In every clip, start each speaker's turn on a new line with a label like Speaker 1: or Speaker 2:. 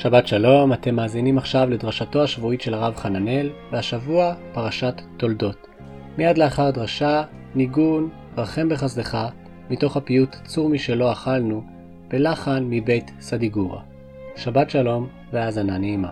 Speaker 1: שבת שלום, אתם מאזינים עכשיו לדרשתו השבועית של הרב חננאל, והשבוע פרשת תולדות. מיד לאחר הדרשה, ניגון רחם בחסדך, מתוך הפיוט צור משלא אכלנו, בלחן מבית סדיגורה. שבת שלום והאזנה נעימה.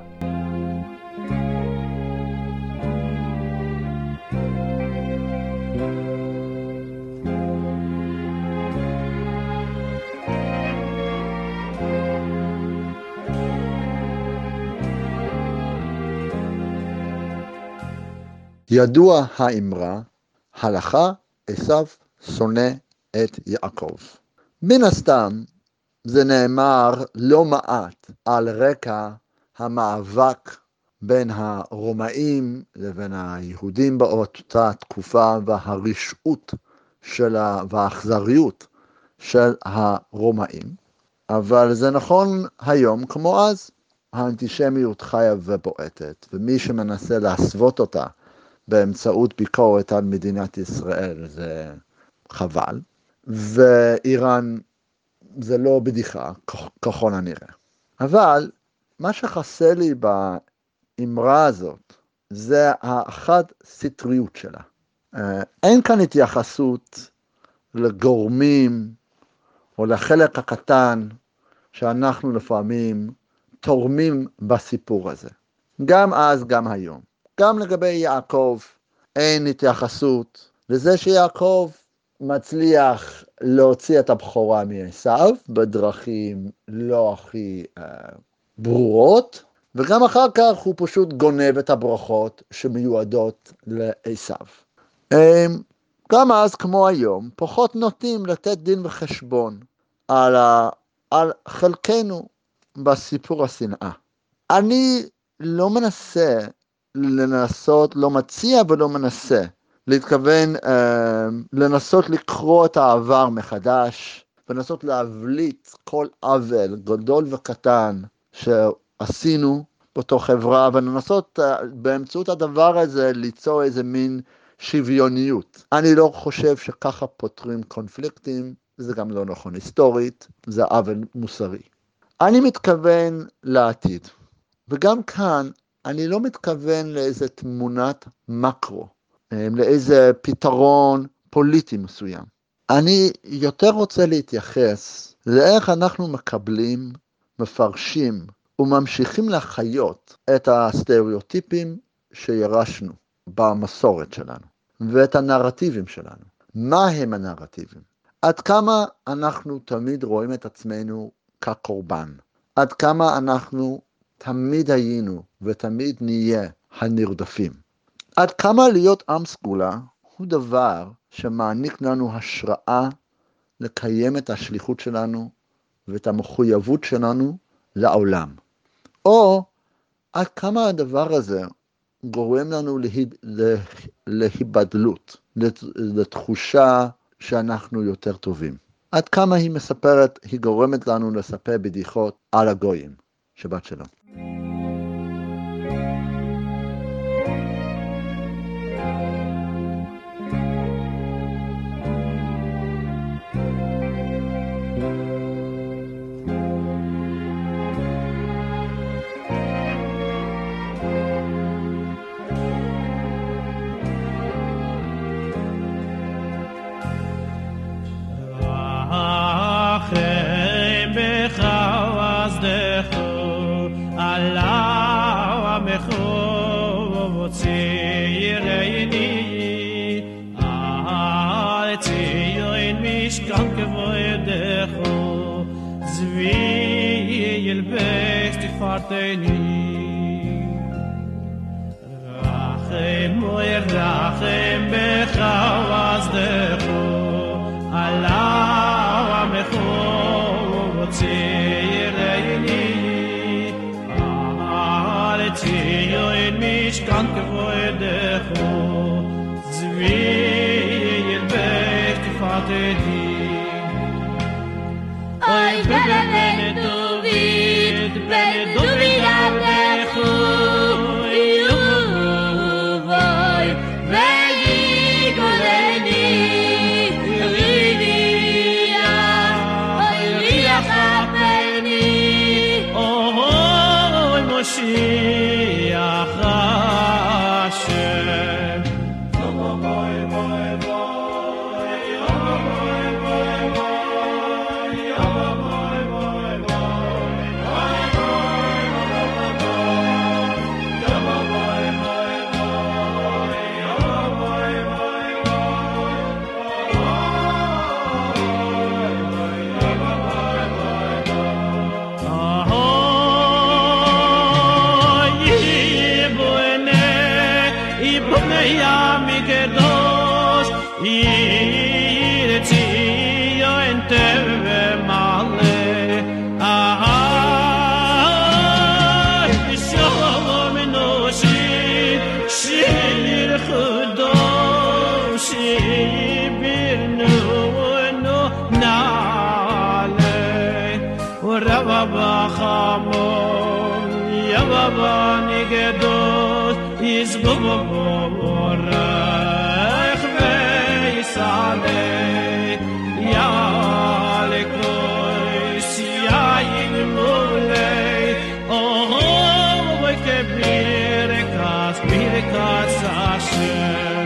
Speaker 2: ידוע האמרה, הלכה עשיו שונא את יעקב. מן הסתם זה נאמר לא מעט על רקע המאבק בין הרומאים לבין היהודים באותה תקופה והרשעות והאכזריות של הרומאים. אבל זה נכון היום כמו אז. האנטישמיות חיה ובועטת, ומי שמנסה להסוות אותה באמצעות ביקורת על מדינת ישראל זה חבל, ואיראן זה לא בדיחה ככל הנראה. אבל מה שחסר לי באמרה הזאת זה האחד סטריות שלה. אין כאן התייחסות לגורמים או לחלק הקטן שאנחנו לפעמים תורמים בסיפור הזה. גם אז, גם היום. גם לגבי יעקב אין התייחסות לזה שיעקב מצליח להוציא את הבכורה מעשיו בדרכים לא הכי ברורות, וגם אחר כך הוא פשוט גונב את הברכות שמיועדות לעשיו. גם אז כמו היום פחות נוטים לתת דין וחשבון על חלקנו בסיפור השנאה. אני לא מציע ולא מנסה להתכוון לנסות לקרוא את העבר מחדש, ולנסות להבליט כל עוול גדול וקטן שעשינו באותו חברה, ולנסות באמצעות הדבר הזה ליצור איזה מין שוויוניות. אני לא חושב שככה פותרים קונפליקטים, זה גם לא נכון היסטורית, זה עוול מוסרי. אני מתכוון לעתיד, וגם כאן אני לא מתכוון לאיזה תמונת מקרו, לאיזה פתרון פוליטי מסוים. אני יותר רוצה להתייחס לאיך אנחנו מקבלים, מפרשים וממשיכים לחיות את הסטריאוטיפים שירשנו במסורת שלנו, ואת הנרטיבים שלנו. מה הם הנרטיבים? עד כמה אנחנו תמיד רואים את עצמנו כקורבן? עד כמה אנחנו תמיד היינו ותמיד נהיה הנרדפים? עד כמה להיות עם סגולה הוא דבר שמעניק לנו השראה לקיים את השליחות שלנו ואת המחויבות שלנו לעולם? או עד כמה הדבר הזה גורם לנו להיבדלות, לתחושה שאנחנו יותר טובים? עד כמה היא גורמת לנו לספר בדיחות על הגויים? שבת שלום.
Speaker 3: רחם בחסדך עליו עמך צירני אל ציון משכן כבודך זבי אל בית תפארתי אוי בן דוד עבדך Oh Yam Gedos Yirti Yo Enteve Male Shalom Enoshi Shir Chudos Shibirnu No Nale Urava Bachamon Yavava Nigedos Yizborach Veisale Yalekos Yayin Mulei Oh, Birkas Hashem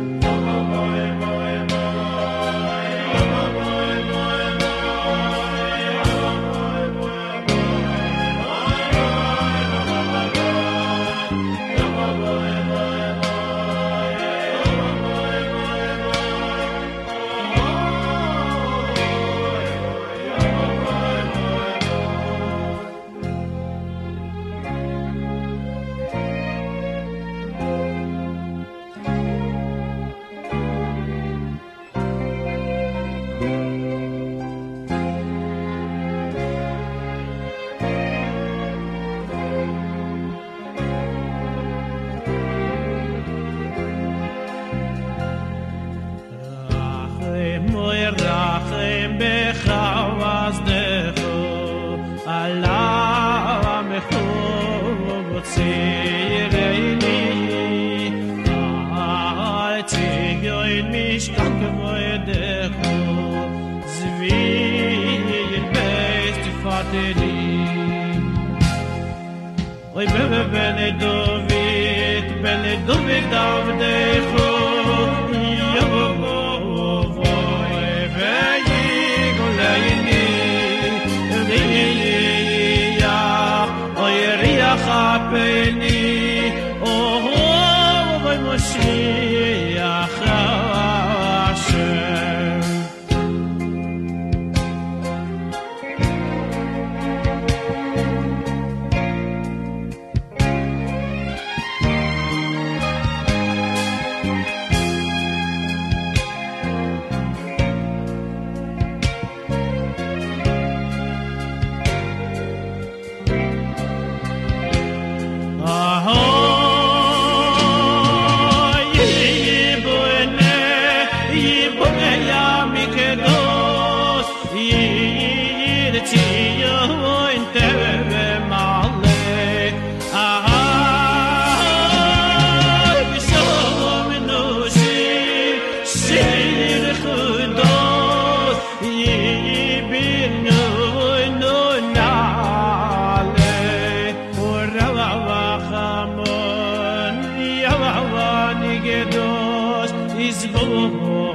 Speaker 3: Rachem Bechavas Decho Allah Mechov Tzireini Tzigyo in Mishkan Kevoedecho Zvi in Beis Tifateli Oy Bene David Davdecho Yobo Chapeni, oh, Moshiach Hashem. Is